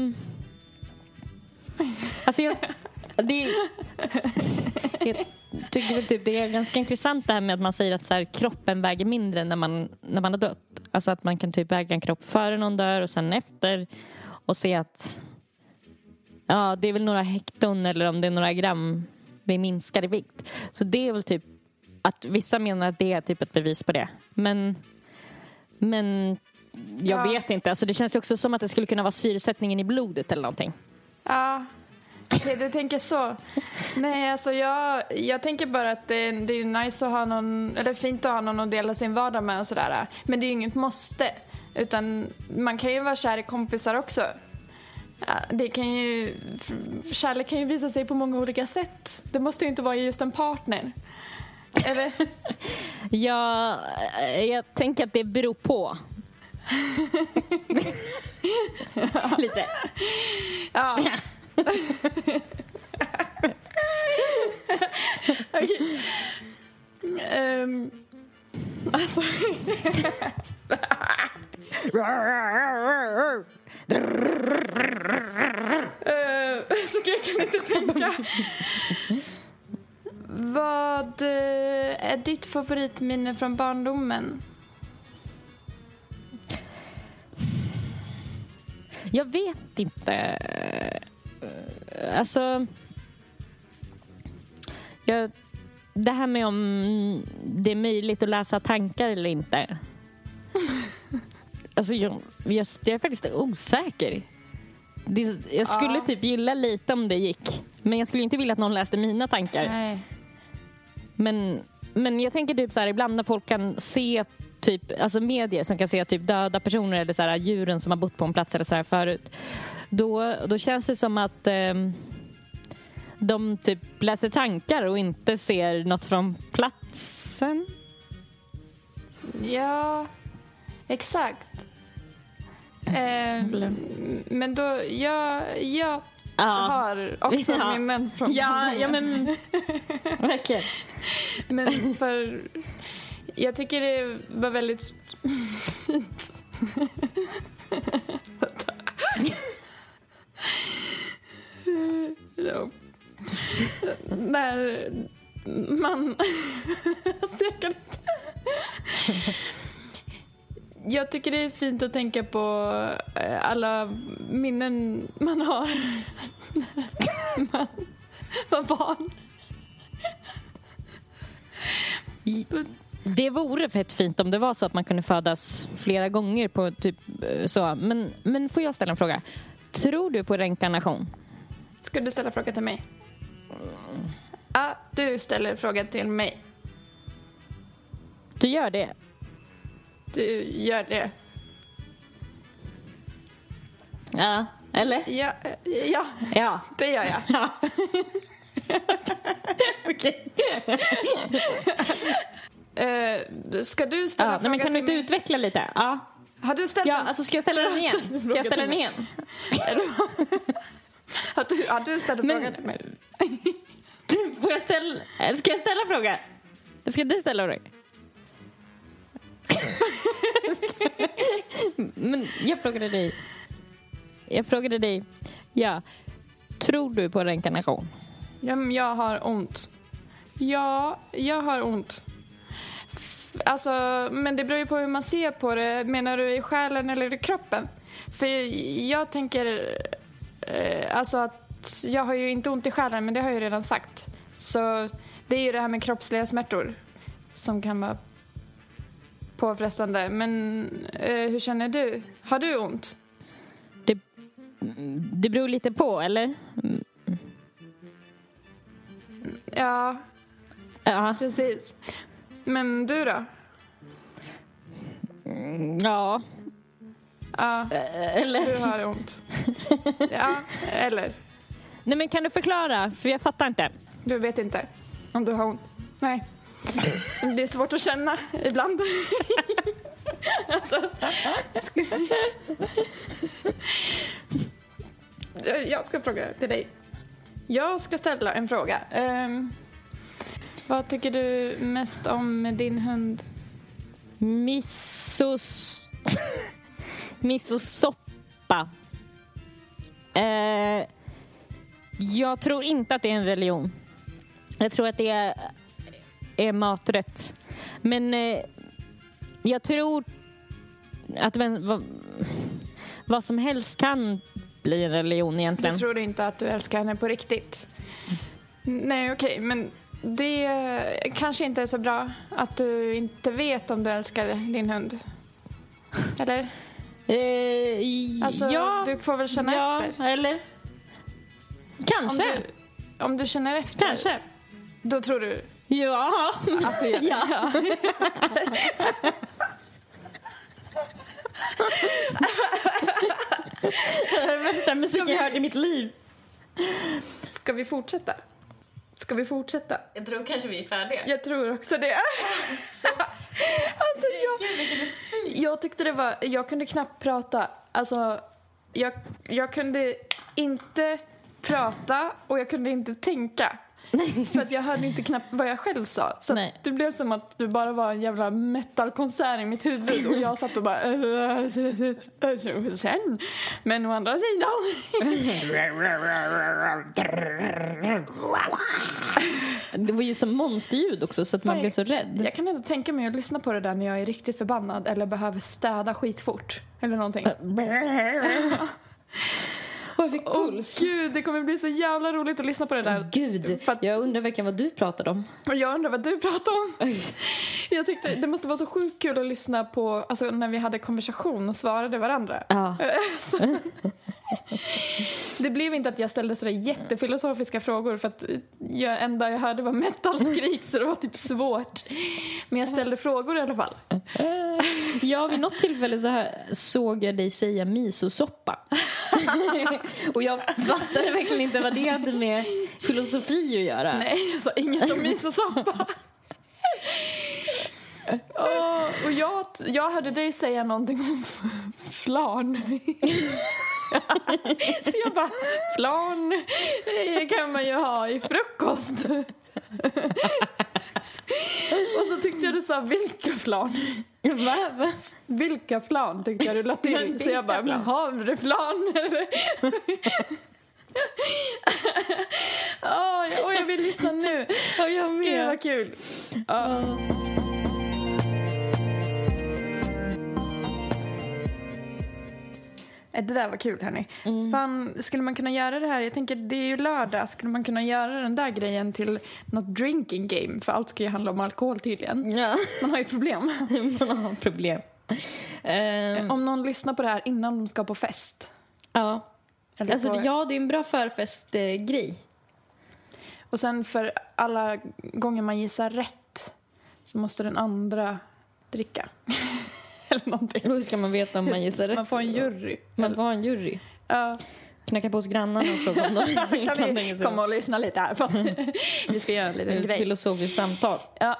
[SPEAKER 2] Alltså jag... Det, jag tycker väl typ det är ganska intressant det här med att man säger att så här, kroppen väger mindre när man, när man har dött. Alltså att man kan typ väga en kropp före någon dör och sen efter och se att ja, det är väl några hekton eller om det är några gram vi minskar i vikt. Så det är väl typ att vissa menar att det är typ ett bevis på det. Men men jag
[SPEAKER 3] Ja.
[SPEAKER 2] vet inte. Alltså det känns ju också som att det skulle kunna vara syresättningen i blodet eller någonting.
[SPEAKER 3] Ja, okej, du tänker så. Nej, alltså jag, jag tänker bara att det, det är nice att ha någon, eller fint att ha någon att dela sin vardag med och sådär. Men det är ju inget måste, utan man kan ju vara kär i kompisar också. Ja, det kan ju, kärlek kan ju visa sig på många olika sätt. Det måste ju inte vara just en partner. Eller?
[SPEAKER 2] Ja, jag tänker att det beror på. Lite.
[SPEAKER 3] Ja. Okej. Um, alltså. uh, så jag kan inte tänka. Vad uh, är ditt favoritminne från barndomen?
[SPEAKER 2] Jag vet inte. Alltså... Jag, det här med om det är möjligt att läsa tankar eller inte. Alltså jag, jag, jag är faktiskt osäker. Det, jag skulle
[SPEAKER 3] Ja.
[SPEAKER 2] typ gilla lite om det gick. Men jag skulle inte vilja att någon läste mina tankar.
[SPEAKER 3] Nej.
[SPEAKER 2] Men men jag tänker typ så här, ibland när folk kan se typ, alltså medier som kan se typ döda personer eller så här, djuren som har bott på en plats eller så här förut. Då, då känns det som att eh, de typ läser tankar och inte ser något från platsen.
[SPEAKER 3] Ja, exakt. Eh, men då, jag, jag
[SPEAKER 2] ja.
[SPEAKER 3] har också
[SPEAKER 2] ja.
[SPEAKER 3] minnen från
[SPEAKER 2] Ja, ja men verkligen.
[SPEAKER 3] Men för jag tycker det var väldigt fint. no. När man säkert jag tycker det är fint att tänka på alla minnen man har när man var barn.
[SPEAKER 2] Det vore fett fint om det var så att man kunde födas flera gånger på typ så. Men, men får jag ställa en fråga? Tror du på reinkarnation?
[SPEAKER 3] Ska du ställa fråga till mig? Ja, du ställer fråga till mig.
[SPEAKER 2] Du gör det?
[SPEAKER 3] Du gör det.
[SPEAKER 2] Ja, eller?
[SPEAKER 3] Ja, ja,
[SPEAKER 2] ja.
[SPEAKER 3] Det gör jag.
[SPEAKER 2] Ja. Okej.
[SPEAKER 3] Uh, ska du ställa
[SPEAKER 2] ja,
[SPEAKER 3] fråga
[SPEAKER 2] men kan
[SPEAKER 3] till
[SPEAKER 2] du inte
[SPEAKER 3] mig?
[SPEAKER 2] utveckla lite? Ja.
[SPEAKER 3] Har du ställt
[SPEAKER 2] Ja,
[SPEAKER 3] en...
[SPEAKER 2] alltså ska jag ställa den igen? Ska jag ställa den igen?
[SPEAKER 3] har, du, har du ställt en
[SPEAKER 2] men...
[SPEAKER 3] fråga till mig?
[SPEAKER 2] Får jag ställa... Ska jag ställa fråga? Ska du ställa fråga? Men jag frågade dig. Jag frågade dig. Ja. Tror du på reinkarnation?
[SPEAKER 3] Ja, men jag har ont. Ja, jag har ont. F- alltså, men det beror ju på hur man ser på det. Menar du i själen eller i kroppen? För jag tänker... Eh, alltså att jag har ju inte ont i själen, men det har jag ju redan sagt. Så det är ju det här med kroppsliga smärtor som kan vara påfrestande. Men eh, hur känner du? Har du ont?
[SPEAKER 2] Det, det beror lite på, eller?
[SPEAKER 3] Ja,
[SPEAKER 2] Ja.
[SPEAKER 3] precis. Men du då?
[SPEAKER 2] Ja.
[SPEAKER 3] Ja,
[SPEAKER 2] Eller?
[SPEAKER 3] du har ont. Ja, eller?
[SPEAKER 2] Nej, men kan du förklara? För jag fattar inte.
[SPEAKER 3] Du vet inte om du har ont. Nej. Det är svårt att känna ibland. Alltså. Jag ska fråga till dig. Jag ska ställa en fråga. Um, vad tycker du mest om med din hund?
[SPEAKER 2] Missos... Missosoppa. Eh, jag tror inte att det är en religion. Jag tror att det är, är maträtt. Men eh, jag tror att vem, vad, vad som helst kan bli en religion egentligen.
[SPEAKER 3] Du tror inte att du älskar henne på riktigt? Nej, okej, okay, men det kanske inte är så bra att du inte vet om du älskar din hund. Eller?
[SPEAKER 2] Eh,
[SPEAKER 3] alltså,
[SPEAKER 2] ja,
[SPEAKER 3] du får väl känna
[SPEAKER 2] ja,
[SPEAKER 3] efter.
[SPEAKER 2] Eller? Kanske.
[SPEAKER 3] Om du, om du känner efter.
[SPEAKER 2] Kanske.
[SPEAKER 3] Då tror du
[SPEAKER 2] ja.
[SPEAKER 3] att du gör det.
[SPEAKER 2] Ja. Det är värsta musik jag hört i mitt liv.
[SPEAKER 3] Ska vi fortsätta? Ska vi fortsätta?
[SPEAKER 2] Jag tror kanske vi är färdiga.
[SPEAKER 3] Jag tror också det.
[SPEAKER 2] Så.
[SPEAKER 3] Alltså, jag, jag tyckte det var... Jag kunde knappt prata. Alltså, jag, jag kunde inte prata och jag kunde inte tänka. Nej. För att jag hörde inte knappt vad jag själv sa. Så det blev som att du bara var en jävla metalkonsert i mitt huvud. Och jag satt och bara... Sen. Men å andra sidan...
[SPEAKER 2] Det var ju som monsterljud också, så att man
[SPEAKER 3] Fan,
[SPEAKER 2] blev så rädd.
[SPEAKER 3] Jag kan ändå tänka mig att lyssna på det där när jag är riktigt förbannad. Eller behöver städa skitfort. Eller någonting.
[SPEAKER 2] Och jag fick puls.
[SPEAKER 3] Åh gud, det kommer bli så jävla roligt att lyssna på det där.
[SPEAKER 2] Åh, gud, att... jag undrar verkligen vad du pratade om.
[SPEAKER 3] Och jag undrar vad du pratade om. Jag tyckte det måste vara så sjukt kul att lyssna på, alltså när vi hade konversation och svarade varandra.
[SPEAKER 2] Ja.
[SPEAKER 3] Det blev inte att jag ställde sådär jättefilosofiska frågor för att jag, enda jag hörde var metal-skrik så det var typ svårt. Men jag ställde frågor i alla fall.
[SPEAKER 2] Ja, vid något tillfälle så här såg jag dig säga misosoppa. Och jag fattade verkligen inte vad det hade med filosofi att göra.
[SPEAKER 3] Nej, jag sa inget om misosoppa. Och, och jag, jag hörde dig säga någonting om flan. Så jag bara, flan det kan man ju ha i frukost. Och så tyckte jag du sa vilka flan.
[SPEAKER 2] Va? Va?
[SPEAKER 3] Vilka flan tyckte jag du la till. Så jag bara, havreflan. Åh, oh, oh, jag vill lyssna nu.
[SPEAKER 2] Ja, jag med.
[SPEAKER 3] Gud vad kul. Oh. Det där var kul, hörni. Mm. Fan, skulle man kunna göra det här? Jag tänker, det är ju lördag. Skulle man kunna göra den där grejen till något drinking game? För allt ska ju handla om alkohol tydligen.
[SPEAKER 2] Ja.
[SPEAKER 3] Man har ju problem.
[SPEAKER 2] Man har problem. Um,
[SPEAKER 3] om någon lyssnar på det här innan de ska på fest.
[SPEAKER 2] Ja.
[SPEAKER 3] Eller
[SPEAKER 2] alltså,
[SPEAKER 3] på...
[SPEAKER 2] ja, det är en bra förfestgrej.
[SPEAKER 3] Och sen för alla gånger man gissar rätt så måste den andra dricka. Eller någonting.
[SPEAKER 2] Hur ska man veta om man gissar rätt?
[SPEAKER 3] Man får en jury.
[SPEAKER 2] Man får en jury.
[SPEAKER 3] Ja.
[SPEAKER 2] Knacka på hos grannarna och fråga om de
[SPEAKER 3] kan, kan vi komma och lyssna lite här för att vi ska göra en liten grej.
[SPEAKER 2] Filosofiskt samtal.
[SPEAKER 3] Ja.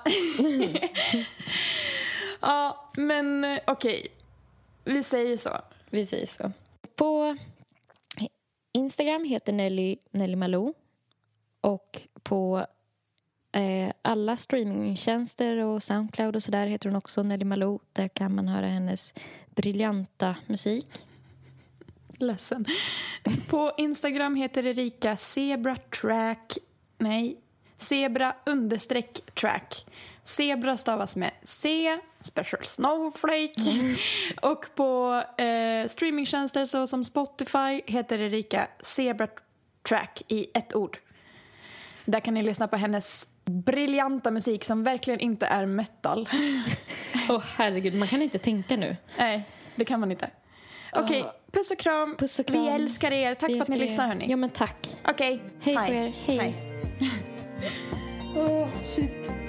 [SPEAKER 3] Ja, men okej. Okay. Vi säger så.
[SPEAKER 2] Vi säger så. På Instagram heter Nelly, Nelly Malou. Och på eh, alla streamingtjänster och Soundcloud och sådär heter hon också Nelly Malou. Där kan man höra hennes briljanta musik.
[SPEAKER 3] Ledsen. På Instagram heter Erika Zebra Track. Nej, Zebra understreck track. Zebra stavas med C, Special Snowflake. Mm. Och på eh, streamingtjänster så som Spotify heter Erika Zebra Track i ett ord. Där kan ni lyssna på hennes briljanta musik som verkligen inte är metal.
[SPEAKER 2] Åh oh, herregud, man kan inte tänka nu.
[SPEAKER 3] Nej, det kan man inte. Okej, okay, puss och kram.
[SPEAKER 2] Puss och kram.
[SPEAKER 3] Vi älskar er. Tack
[SPEAKER 2] Vi
[SPEAKER 3] för att ni
[SPEAKER 2] er.
[SPEAKER 3] lyssnar, hörni.
[SPEAKER 2] Ja, men tack.
[SPEAKER 3] Okej,
[SPEAKER 2] okay. Hej på er. Hej.
[SPEAKER 3] Åh, oh, shit.